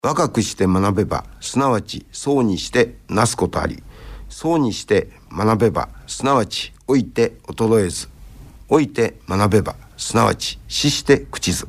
若くして学べば、すなわちそうにしてなすことあり。そうにして学べば、すなわち老いて衰えず。老いて学べば、すなわち死して朽ちず。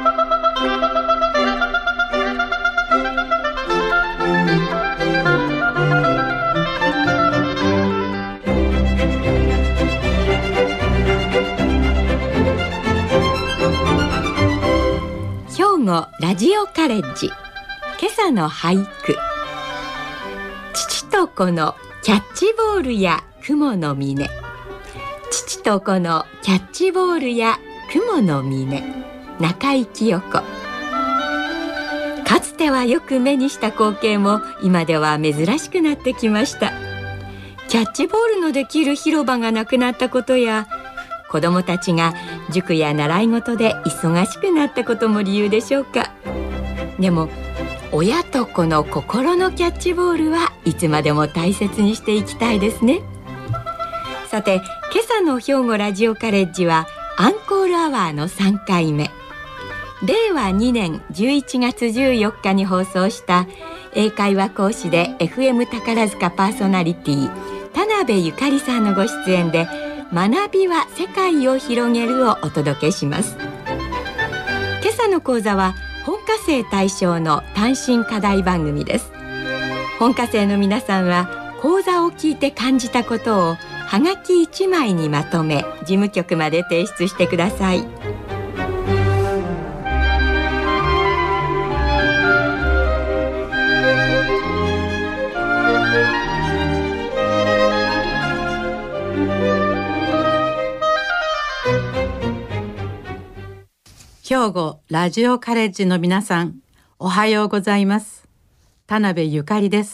兵庫ラジオカレッジ、今朝の俳句。父と子のキャッチボールや雲の峰。父と子のキャッチボールや雲の峰。中井清子。かつてはよく目にした光景も今では珍しくなってきました。キャッチボールのできる広場がなくなったことや、子どもたちが塾や習い事で忙しくなったことも理由でしょうか。でも親と子の心のキャッチボールはいつまでも大切にしていきたいですね。さて、今朝の兵庫ラジオカレッジはアンコールアワーの3回目。令和2年11月14日に放送した英会話講師で FM 宝塚パーソナリティ田辺ゆかりさんのご出演で、学びは世界を広げるをお届けします。今朝の講座は本科生対象の単身課題番組です。本科生の皆さんは講座を聞いて感じたことをはがき1枚にまとめ、事務局まで提出してください。 兵庫ラジオカレッジの皆さん、おはようございます。田辺ゆかりです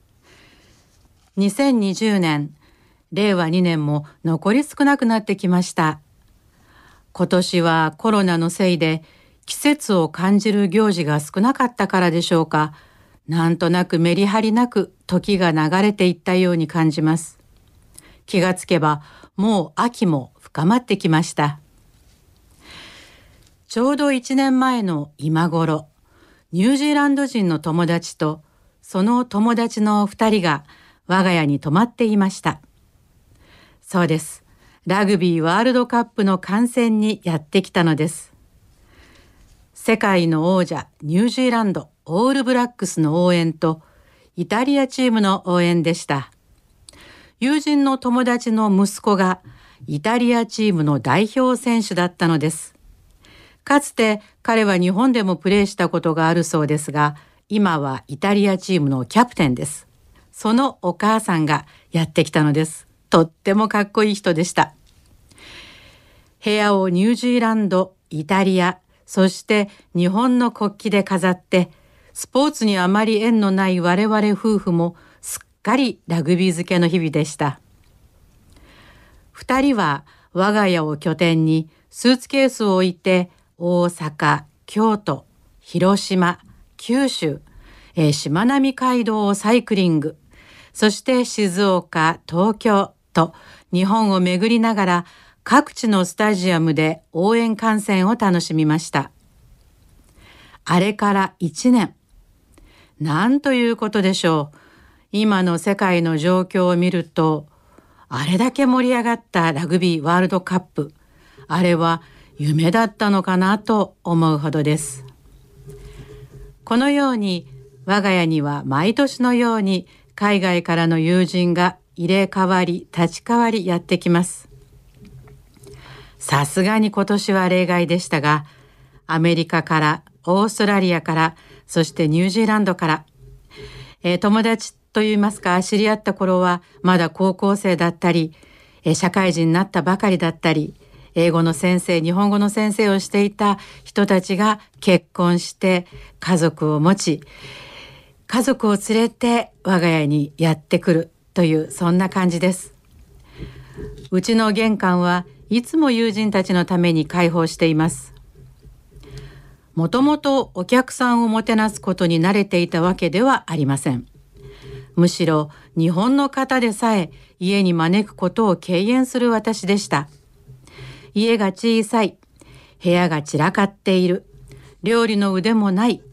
。2020年、令和2年も残り少なくなってきました。今年はコロナのせいで季節を感じる行事が少なかったからでしょうか、なんとなくメリハリなく時が流れていったように感じます。気がつけばもう秋も深まってきました。ちょうど1年前の今頃、ニュージーランド人の友達とその友達の2人が我が家に泊まっていました。そうです。ラグビーワールドカップの観戦にやってきたのです。世界の王者ニュージーランドオールブラックスの応援とイタリアチームの応援でした。友人の友達の息子がイタリアチームの代表選手だったのです。かつて彼は日本でもプレーしたことがあるそうですが、今はイタリアチームのキャプテンです。そのお母さんがやってきたのです。とってもかっこいい人でした。部屋をニュージーランド、イタリア、そして日本の国旗で飾って、スポーツにあまり縁のない我々夫婦もすっかりラグビー漬けの日々でした。2人は我が家を拠点にスーツケースを置いて、大阪、京都、広島、九州、しまなみ海道をサイクリング、そして静岡、東京と日本を巡りながら各地のスタジアムで応援観戦を楽しみました。あれから1年。なんということでしょう。今の世界の状況を見ると、あれだけ盛り上がったラグビーワールドカップ、あれは夢だったのかなと思うほどです。このように我が家には毎年のように海外からの友人が入れ替わり立ち替わりやってきます。さすがに今年は例外でしたが、アメリカからオーストラリアから、そしてニュージーランドから、友達といいますか、知り合った頃はまだ高校生だったり、社会人になったばかりだったり、英語の先生、日本語の先生をしていた人たちが結婚して家族を持ち、家族を連れて我が家にやってくるという、そんな感じです。うちの玄関はいつも友人たちのために開放しています。もともとお客さんをもてなすことに慣れていたわけではありません。むしろ日本の方でさえ家に招くことを敬遠する私でした。家が小さい、部屋が散らかっている、料理の腕もない、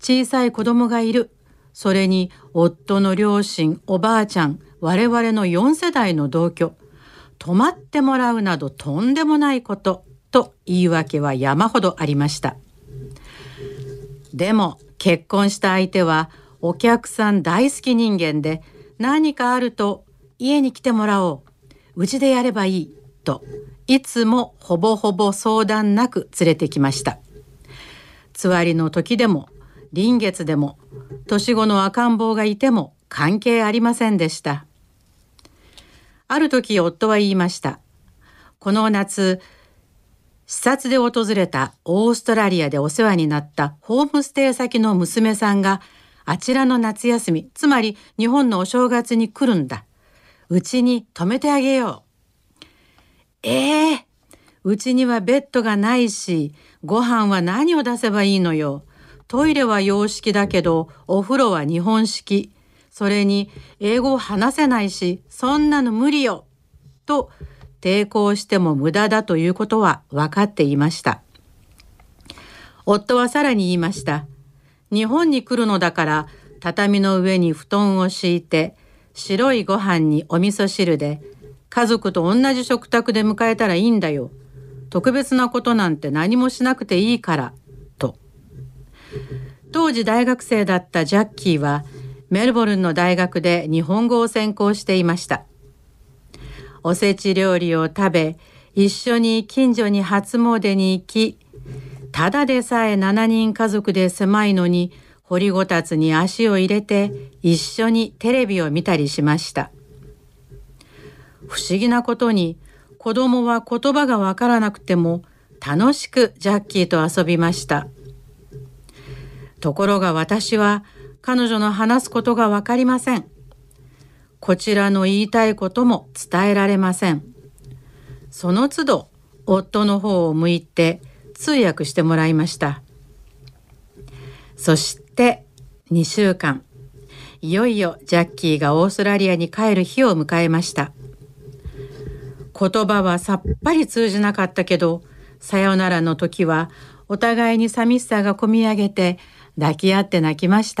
小さい子供がいる。それに夫の両親、おばあちゃん、我々の4世代の同居。泊まってもらうなどとんでもないことと言い訳は山ほどありました。でも結婚した相手はお客さん大好き人間で、何かあると家に来てもらおう、うちでやればいいといつもほぼほぼ相談なく連れてきました。つわりの時でも臨月でも年子の赤ん坊がいても関係ありませんでした。ある時夫は言いました。この夏視察で訪れたオーストラリアでお世話になったホームステイ先の娘さんがあちらの夏休み、つまり日本のお正月に来るんだ。うちに泊めてあげよう。うちにはベッドがないし、ご飯は何を出せばいいのよ。トイレは洋式だけど、お風呂は日本式。それに英語を話せないし、そんなの無理よ。と抵抗しても無駄だということは分かっていました。夫はさらに言いました。日本に来るのだから畳の上に布団を敷いて、白いご飯にお味噌汁で、家族と同じ食卓で迎えたらいいんだよ。特別なことなんて何もしなくていいから、と。当時大学生だったジャッキーは、メルボルンの大学で日本語を専攻していました。おせち料理を食べ、一緒に近所に初詣に行き、ただでさえ7人家族で狭いのに、掘りごたつに足を入れて一緒にテレビを見たりしました。不思議なことに、子供は言葉がわからなくても楽しくジャッキーと遊びました。ところが私は彼女の話すことがわかりません。こちらの言いたいことも伝えられません。その都度夫の方を向いて通訳してもらいました。そして2週間、いよいよジャッキーがオーストラリアに帰る日を迎えました。言葉はさっぱり通じなかったけど、さよならの時はお互いに寂しさがこみ上げて抱き合って泣きました。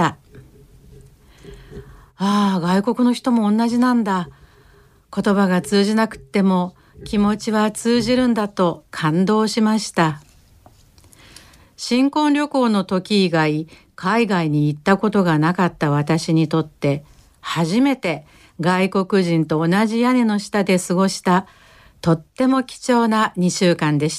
ああ、外国の人も同じなんだ。言葉が通じなくっても気持ちは通じるんだと感動しました。新婚旅行の時以外、海外に行ったことがなかった私にとって、初めて外国人と同じ屋根の下で過ごしたとっても貴重な2週間でした。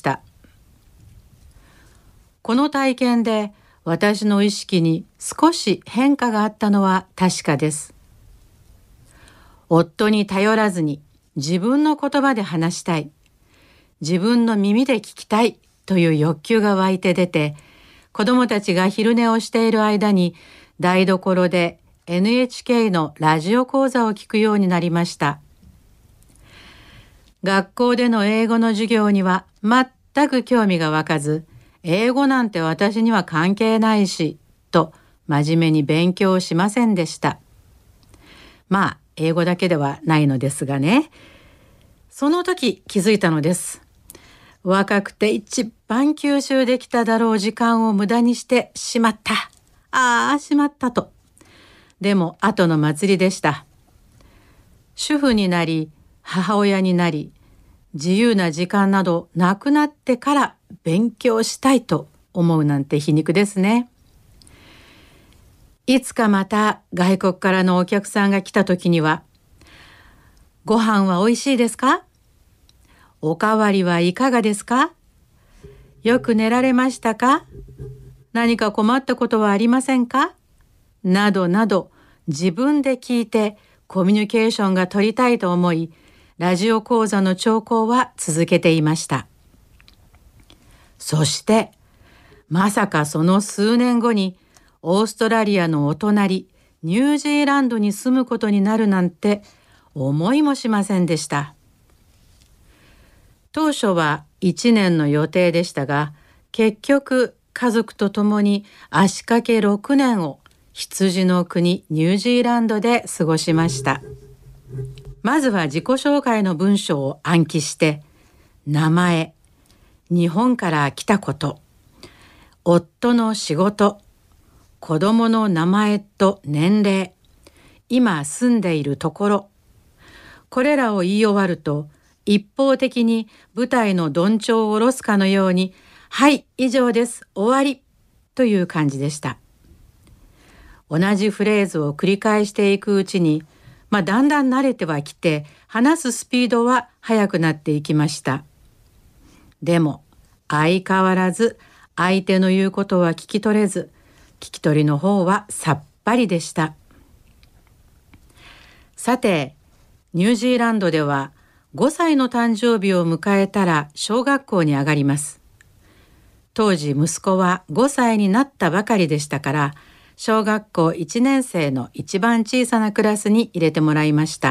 この体験で私の意識に少し変化があったのは確かです。夫に頼らずに自分の言葉で話したい、自分の耳で聞きたいという欲求が湧いて出て、子どもたちが昼寝をしている間に台所で NHK のラジオ講座を聞くようになりました。学校での英語の授業には全く興味が湧かず、英語なんて私には関係ないし、と真面目に勉強しませんでした。まあ、英語だけではないのですがね。その時気づいたのです。若くて一番吸収できただろう時間を無駄にしてしまった。しまったと。でも後の祭りでした。主婦になり、母親になり、自由な時間などなくなってから勉強したいと思うなんて皮肉ですね。いつかまた外国からのお客さんが来た時には、ご飯は美味しいですか？おかわりはいかがですか？よく寝られましたか？何か困ったことはありませんか？などなど自分で聞いてコミュニケーションが取りたいと思い、ラジオ講座の聴講は続けていました。そしてまさかその数年後にオーストラリアのお隣ニュージーランドに住むことになるなんて思いもしませんでした。当初は1年の予定でしたが、結局家族と共に足掛け6年を羊の国ニュージーランドで過ごしました。まずは自己紹介の文章を暗記して、名前、日本から来たこと、夫の仕事、 子供の名前と年齢、今住んでいるところ、これらを言い終わると、一方的に舞台のどんちょうを下ろすかのように、はい、以上です、終わり、という感じでした。同じフレーズを繰り返していくうちに、だんだん慣れてはきて、話すスピードは速くなっていきました。でも、相変わらず相手の言うことは聞き取れず、聞き取りの方はさっぱりでした。さて、ニュージーランドでは5歳の誕生日を迎えたら小学校に上がります。当時息子は5歳になったばかりでしたから、小学校1年生の一番小さなクラスに入れてもらいました。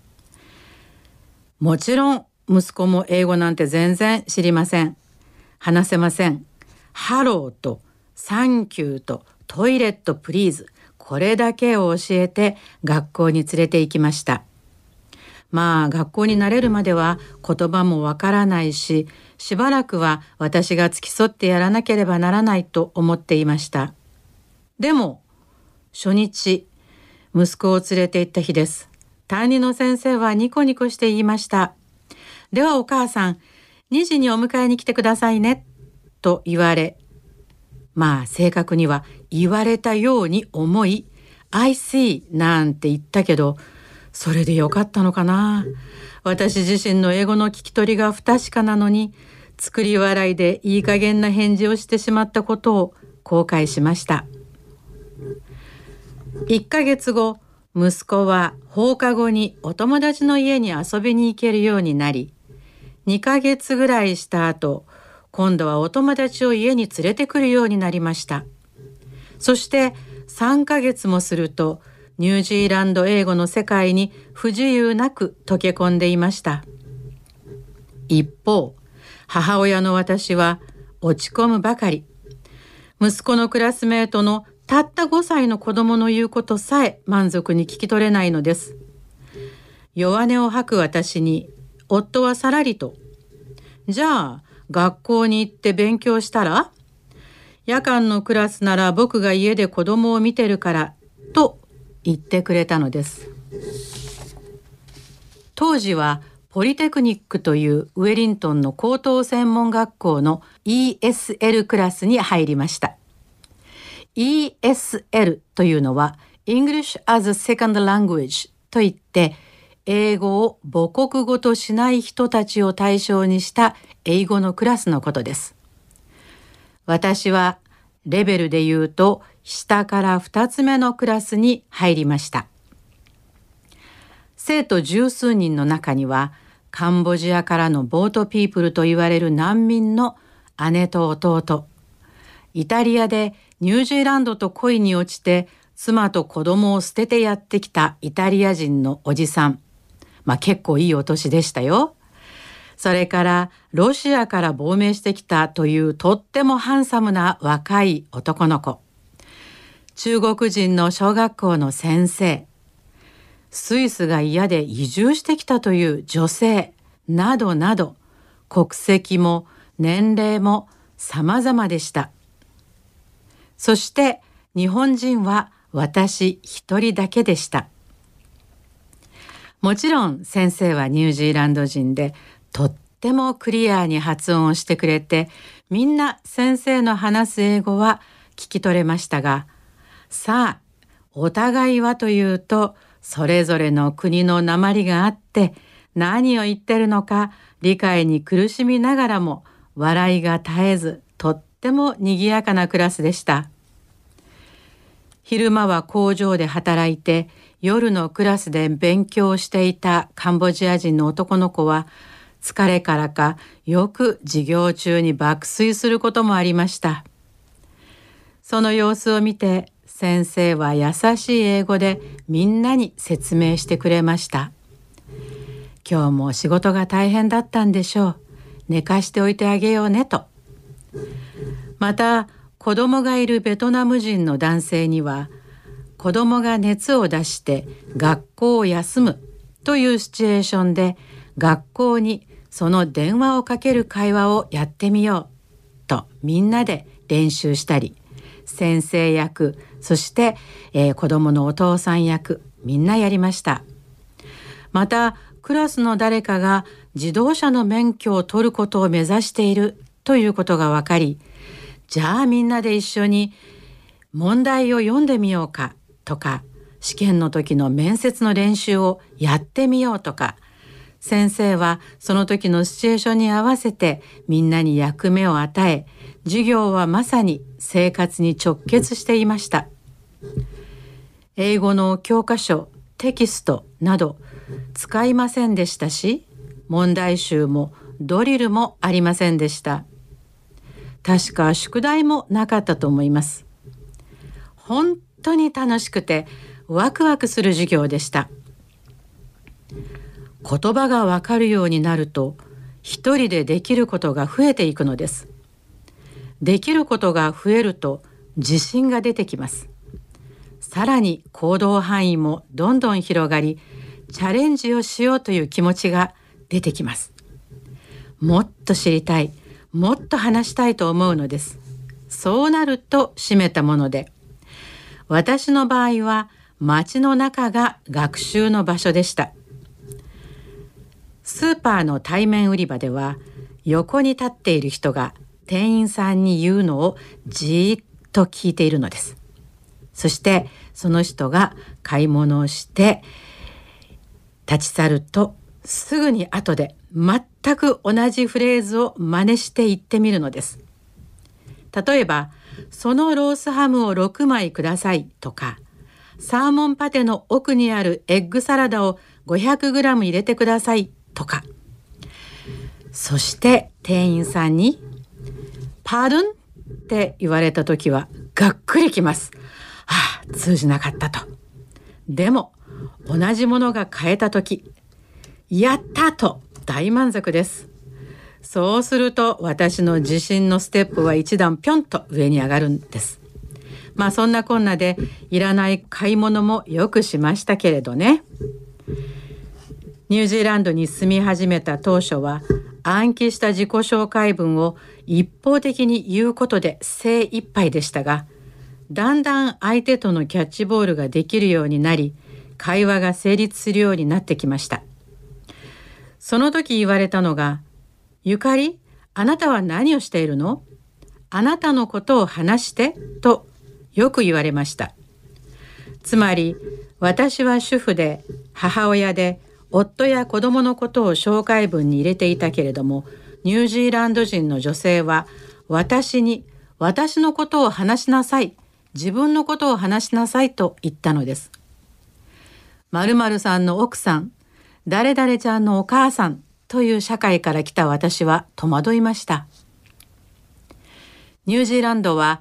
もちろん息子も英語なんて全然知りません。話せません。ハローとサンキューとトイレットプリーズ、これだけを教えて学校に連れて行きました。学校に慣れるまでは言葉もわからないし、しばらくは私が付き添ってやらなければならないと思っていました。でも初日、息子を連れて行った日です。担任の先生はニコニコして言いました。ではお母さん、2時にお迎えに来てくださいね、と言われ、正確には言われたように思い、I see なんて言ったけど、それでよかったのかな。私自身の英語の聞き取りが不確かなのに、作り笑いでいい加減な返事をしてしまったことを後悔しました。1ヶ月後、息子は放課後にお友達の家に遊びに行けるようになり、2ヶ月ぐらいした後、今度はお友達を家に連れてくるようになりました。そして3ヶ月もすると、ニュージーランド英語の世界に不自由なく溶け込んでいました。一方、母親の私は落ち込むばかり。息子のクラスメートのたった5歳の子供の言うことさえ満足に聞き取れないのです。弱音を吐く私に、夫はさらりと、じゃあ学校に行って勉強したら？夜間のクラスなら僕が家で子供を見てるから、と言ってくれたのです。当時はポリテクニックというウェリントンの高等専門学校の ESL クラスに入りました。ESL というのは English as a Second Language といって、英語を母国語としない人たちを対象にした英語のクラスのことです。私はレベルで言うと下から2つ目のクラスに入りました。生徒十数人の中にはカンボジアからのボートピープルと言われる難民の姉と弟、イタリアでニュージーランドと恋に落ちて妻と子供を捨ててやってきたイタリア人のおじさん、結構いいお年でしたよ。それからロシアから亡命してきたというとってもハンサムな若い男の子、中国人の小学校の先生、スイスが嫌で移住してきたという女性などなど、国籍も年齢も様々でした。そして日本人は私一人だけでした。もちろん先生はニュージーランド人で、とってもクリアに発音をしてくれて、みんな先生の話す英語は聞き取れましたが、さあお互いはというと、それぞれの国の訛りがあって、何を言ってるのか理解に苦しみながらも笑いが絶えず、とっても賑やかなクラスでした。昼間は工場で働いて、夜のクラスで勉強していたカンボジア人の男の子は、疲れからかよく授業中に爆睡することもありました。その様子を見て、先生は優しい英語でみんなに説明してくれました。今日も仕事が大変だったんでしょう。寝かしておいてあげようねと。また、子供がいるベトナム人の男性には、子供が熱を出して学校を休むというシチュエーションで、学校にその電話をかける会話をやってみようとみんなで練習したり、 先生役、そして、子供のお父さん役、みんなやりました。またクラスの誰かが自動車の免許を取ることを目指しているということが分かり、じゃあみんなで一緒に問題を読んでみようかとか、試験の時の面接の練習をやってみようとか、先生はその時のシチュエーションに合わせてみんなに役目を与え、授業はまさに生活に直結していました。英語の教科書、テキストなど使いませんでしたし、問題集もドリルもありませんでした。確か宿題もなかったと思います。本当に楽しくてワクワクする授業でした。言葉がわかるようになると、一人でできることが増えていくのです。できることが増えると自信が出てきます。さらに行動範囲もどんどん広がり、チャレンジをしようという気持ちが出てきます。もっと知りたい、もっと話したいと思うのです。そうなると締めたもので、私の場合は街の中が学習の場所でした。スーパーの対面売り場では、横に立っている人が店員さんに言うのをじーっと聞いているのです。そしてその人が買い物をして立ち去ると、すぐに後で全く同じフレーズを真似して言ってみるのです。例えば、そのロースハムを6枚くださいとか、サーモンパテの奥にあるエッグサラダを 500g 入れてくださいとか。そして店員さんにパードンって言われた時はがっくりきます。通じなかったと。でも同じものが買えた時、やったと大満足です。そうすると私の自信のステップは一段ぴょんと上に上がるんです。そんなこんなでいらない買い物もよくしましたけれどね。ニュージーランドに住み始めた当初は、暗記した自己紹介文を一方的に言うことで精一杯でしたが、だんだん相手とのキャッチボールができるようになり、会話が成立するようになってきました。その時言われたのが、ゆかり、あなたは何をしているの？あなたのことを話してとよく言われました。つまり、私は主婦で母親で、夫や子供のことを紹介文に入れていたけれども、ニュージーランド人の女性は私に私のことを話しなさい、自分のことを話しなさいと言ったのです。〇〇さんの奥さん、誰々ちゃんのお母さんという社会から来た私は戸惑いました。ニュージーランドは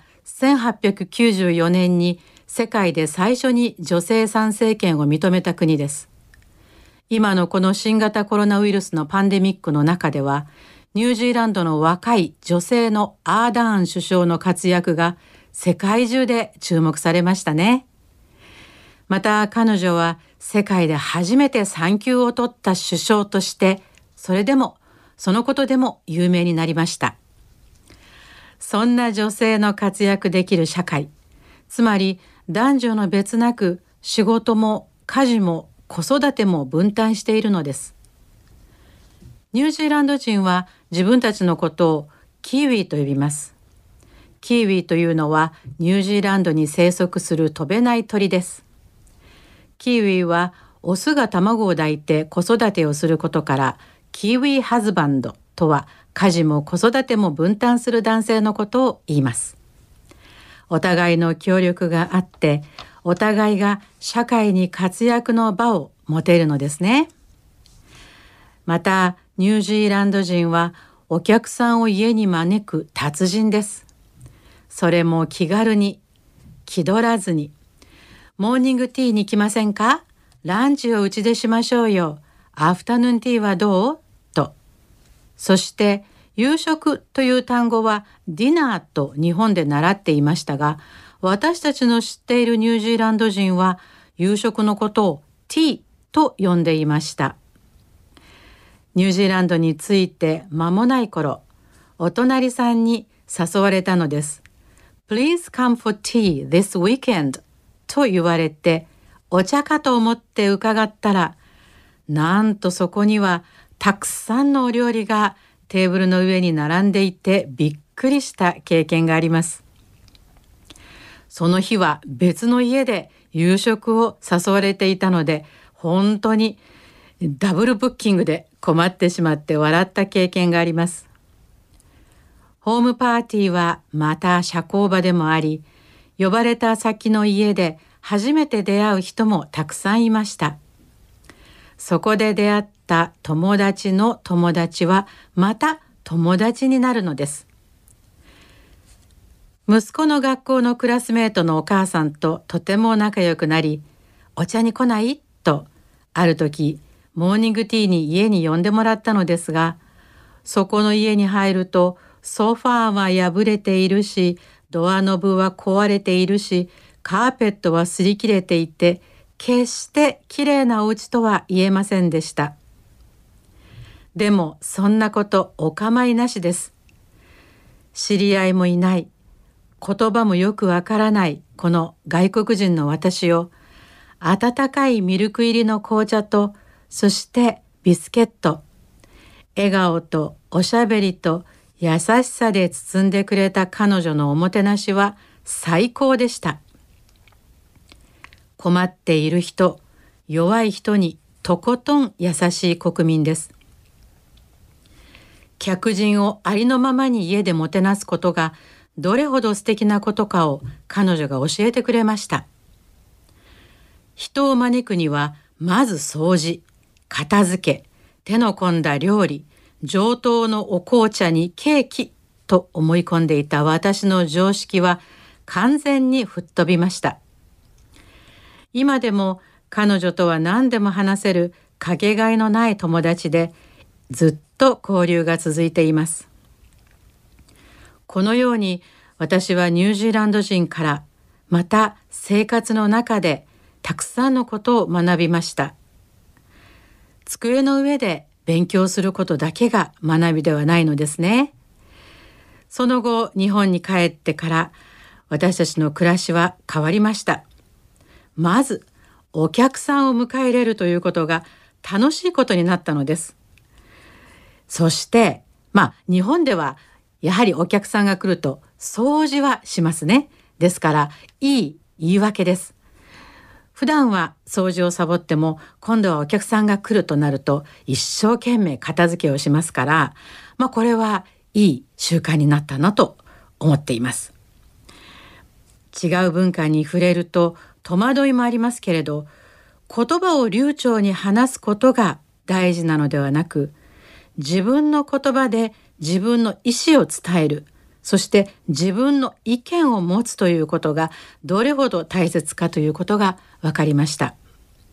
1894年に世界で最初に女性参政権を認めた国です。今のこの新型コロナウイルスのパンデミックの中では、ニュージーランドの若い女性のアーダーン首相の活躍が世界中で注目されましたね。また彼女は世界で初めて産休を取った首相として、そのことでも有名になりました。そんな女性の活躍できる社会、つまり男女の別なく仕事も家事も子育ても分担しているのです。ニュージーランド人は自分たちのことをキーウィと呼びます。キーウィというのはニュージーランドに生息する飛べない鳥です。キーウィはオスが卵を抱いて子育てをすることから、キーウィハズバンドとは家事も子育ても分担する男性のことを言います。お互いの協力があって、お互いが社会に活躍の場を持てるのですね。またニュージーランド人はお客さんを家に招く達人です。それも気軽に、気取らずに、モーニングティーに来ませんか？ランチをうちでしましょうよ。アフタヌーンティーはどう？と。そして夕食という単語はディナーと日本で習っていましたが、私たちの知っているニュージーランド人は夕食のことをティーと呼んでいました。ニュージーランドに着いて間もない頃、お隣さんに誘われたのです。 Please come for tea this weekend と言われて、お茶かと思って伺ったら、なんとそこにはたくさんのお料理がテーブルの上に並んでいてびっくりした経験があります。その日は別の家で夕食を誘われていたので、本当にダブルブッキングで困ってしまって笑った経験があります。ホームパーティーはまた社交場でもあり、呼ばれた先の家で初めて出会う人もたくさんいました。そこで出会った友達の友達はまた友達になるのです。息子の学校のクラスメートのお母さんととても仲良くなり、お茶に来ないとある時モーニングティーに家に呼んでもらったのですが、そこの家に入るとソファーは破れているし、ドアノブは壊れているし、カーペットは擦り切れていて、決してきれいなお家とは言えませんでした。でもそんなことお構いなしです。知り合いもいない、言葉もよくわからないこの外国人の私を、温かいミルク入りの紅茶と、そしてビスケット、笑顔とおしゃべりと優しさで包んでくれた彼女のおもてなしは最高でした。困っている人、弱い人にとことん優しい国民です。客人をありのままに家でもてなすことがどれほど素敵なことかを彼女が教えてくれました。人を招くにはまず掃除、片付け、手の込んだ料理、上等のお紅茶にケーキと思い込んでいた私の常識は完全に吹っ飛びました。今でも彼女とは何でも話せるかけがえのない友達で、ずっと交流が続いています。このように私はニュージーランド人から、また生活の中でたくさんのことを学びました。机の上で勉強することだけが学びではないのですね。その後、日本に帰ってから私たちの暮らしは変わりました。まず、お客さんを迎え入れるということが楽しいことになったのです。そして、日本ではやはりお客さんが来ると掃除はしますね。ですからいい言い訳です。普段は掃除をサボっても、今度はお客さんが来るとなると一生懸命片付けをしますから、これはいい習慣になったなと思っています。違う文化に触れると戸惑いもありますけれど、言葉を流暢に話すことが大事なのではなく、自分の言葉で自分の意思を伝える、そして自分の意見を持つということがどれほど大切かということが分かりました。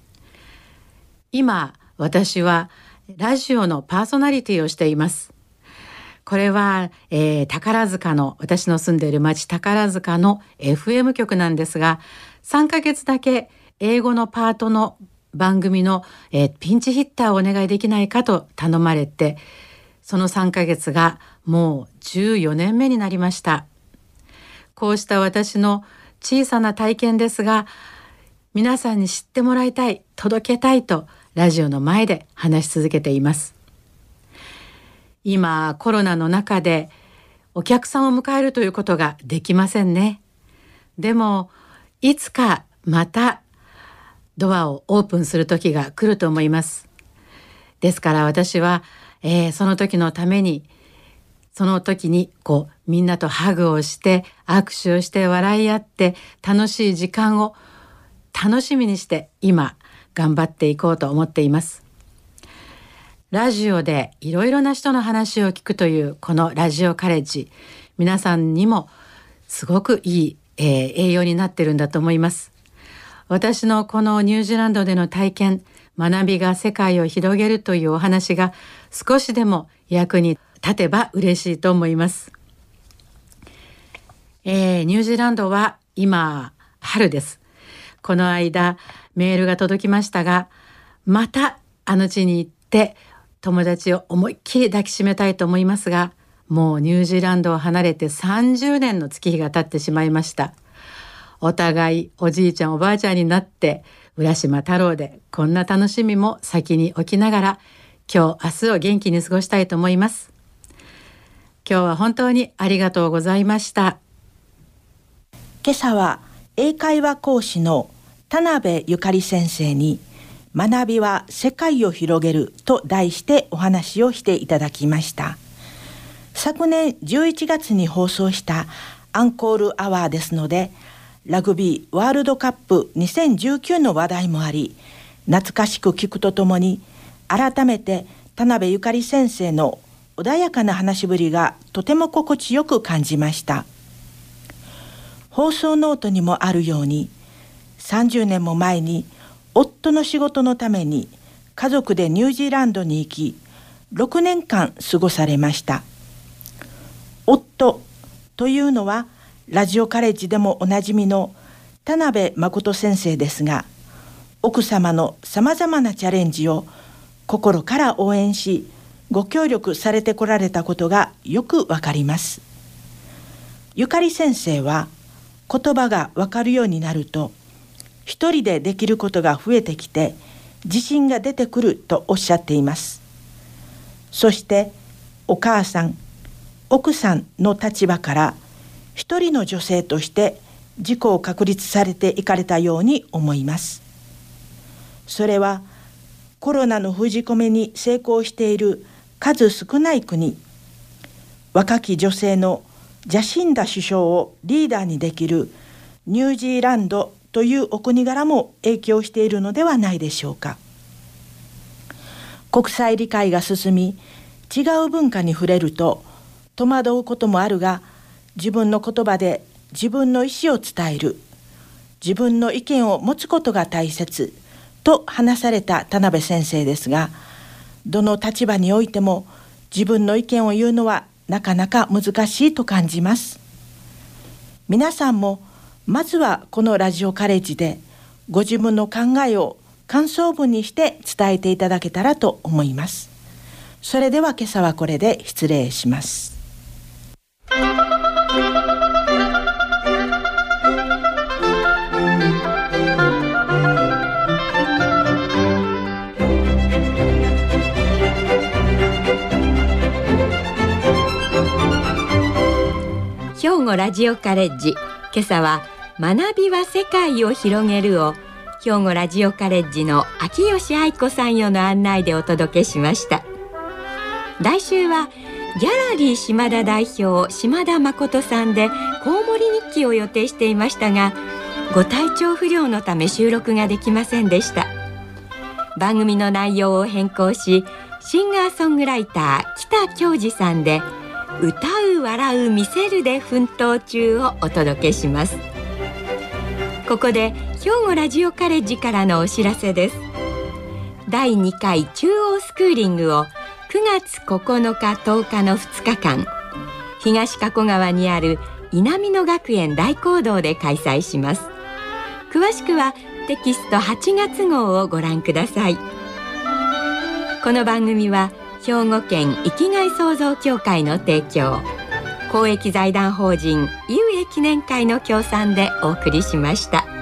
今、私はラジオのパーソナリティをしています。これは、宝塚の、私の住んでいる町宝塚の FM 局なんですが、3ヶ月だけ英語のパートの番組の、ピンチヒッターをお願いできないかと頼まれて、その3ヶ月がもう14年目になりました。こうした私の小さな体験ですが、皆さんに知ってもらいたい、届けたいとラジオの前で話し続けています。今コロナの中でお客さんを迎えるということができませんね。でもいつかまたドアをオープンする時が来ると思います。ですから私は、その時のために、その時にみんなとハグをして握手をして笑い合って楽しい時間を楽しみにして今頑張っていこうと思っています。ラジオでいろいろな人の話を聞くというこのラジオカレッジ、皆さんにもすごくいい、栄養になってるんだと思います。私のこのニュージーランドでの体験、学びが世界を広げるというお話が少しでも役に立てば嬉しいと思います。ニュージーランドは今春です。この間メールが届きましたが、またあの地に行って友達を思いっきり抱きしめたいと思いますが、 もうニュージーランドを離れて30年の月日が経ってしまいました。お互いおじいちゃんおばあちゃんになって浦島太郎でこんな楽しみも先に置きながら今日明日を元気に過ごしたいと思います。今日は本当にありがとうございました。 今朝は英会話講師の田辺ゆかり先生に学びは世界を広げると題してお話をしていただきました。昨年11月に放送したアンコールアワーですので、ラグビーワールドカップ2019の話題もあり、懐かしく聞くとともに改めて田辺ゆかり先生の穏やかな話しぶりがとても心地よく感じました。放送ノートにもあるように、30年も前に夫の仕事のために家族でニュージーランドに行き、6年間過ごされました。夫というのはラジオカレッジでもおなじみの田辺誠先生ですが、奥様のさまざまなチャレンジを心から応援し、ご協力されてこられたことがよくわかります。ゆかり先生は言葉がわかるようになると、一人でできることが増えてきて自信が出てくるとおっしゃっています。そしてお母さん、奥さんの立場から一人の女性として自己を確立されていかれたように思います。それはコロナの封じ込めに成功している数少ない国、若き女性のジャシンダ首相をリーダーにできるニュージーランドというお国柄も影響しているのではないでしょうか。国際理解が進み、違う文化に触れると戸惑うこともあるが、自分の言葉で自分の意思を伝える、自分の意見を持つことが大切と話された田辺先生ですが、どの立場においても自分の意見を言うのはなかなか難しいと感じます。皆さんもまずはこのラジオカレッジでご自分の考えを感想文にして伝えていただけたらと思います。それでは今朝はこれで失礼します。 兵庫ラジオカレッジ、今朝は学びは世界を広げるを兵庫ラジオカレッジの秋吉愛子さんよの案内でお届けしました。来週はギャラリー島田代表島田誠さんでコウモリ日記を予定していましたが、ご体調不良のため収録ができませんでした。番組の内容を変更し、シンガーソングライター北京二さんで歌う笑う見せるで奮闘中をお届けします。ここで兵庫ラジオカレッジからのお知らせです。第2回中央スクーリングを9月9日10日の2日間、東加古川にある稲美野学園大講堂で開催します。詳しくはテキスト8月号をご覧ください。この番組は兵庫県生きがい創造協会の提供、公益財団法人有益記念会の協賛でお送りしました。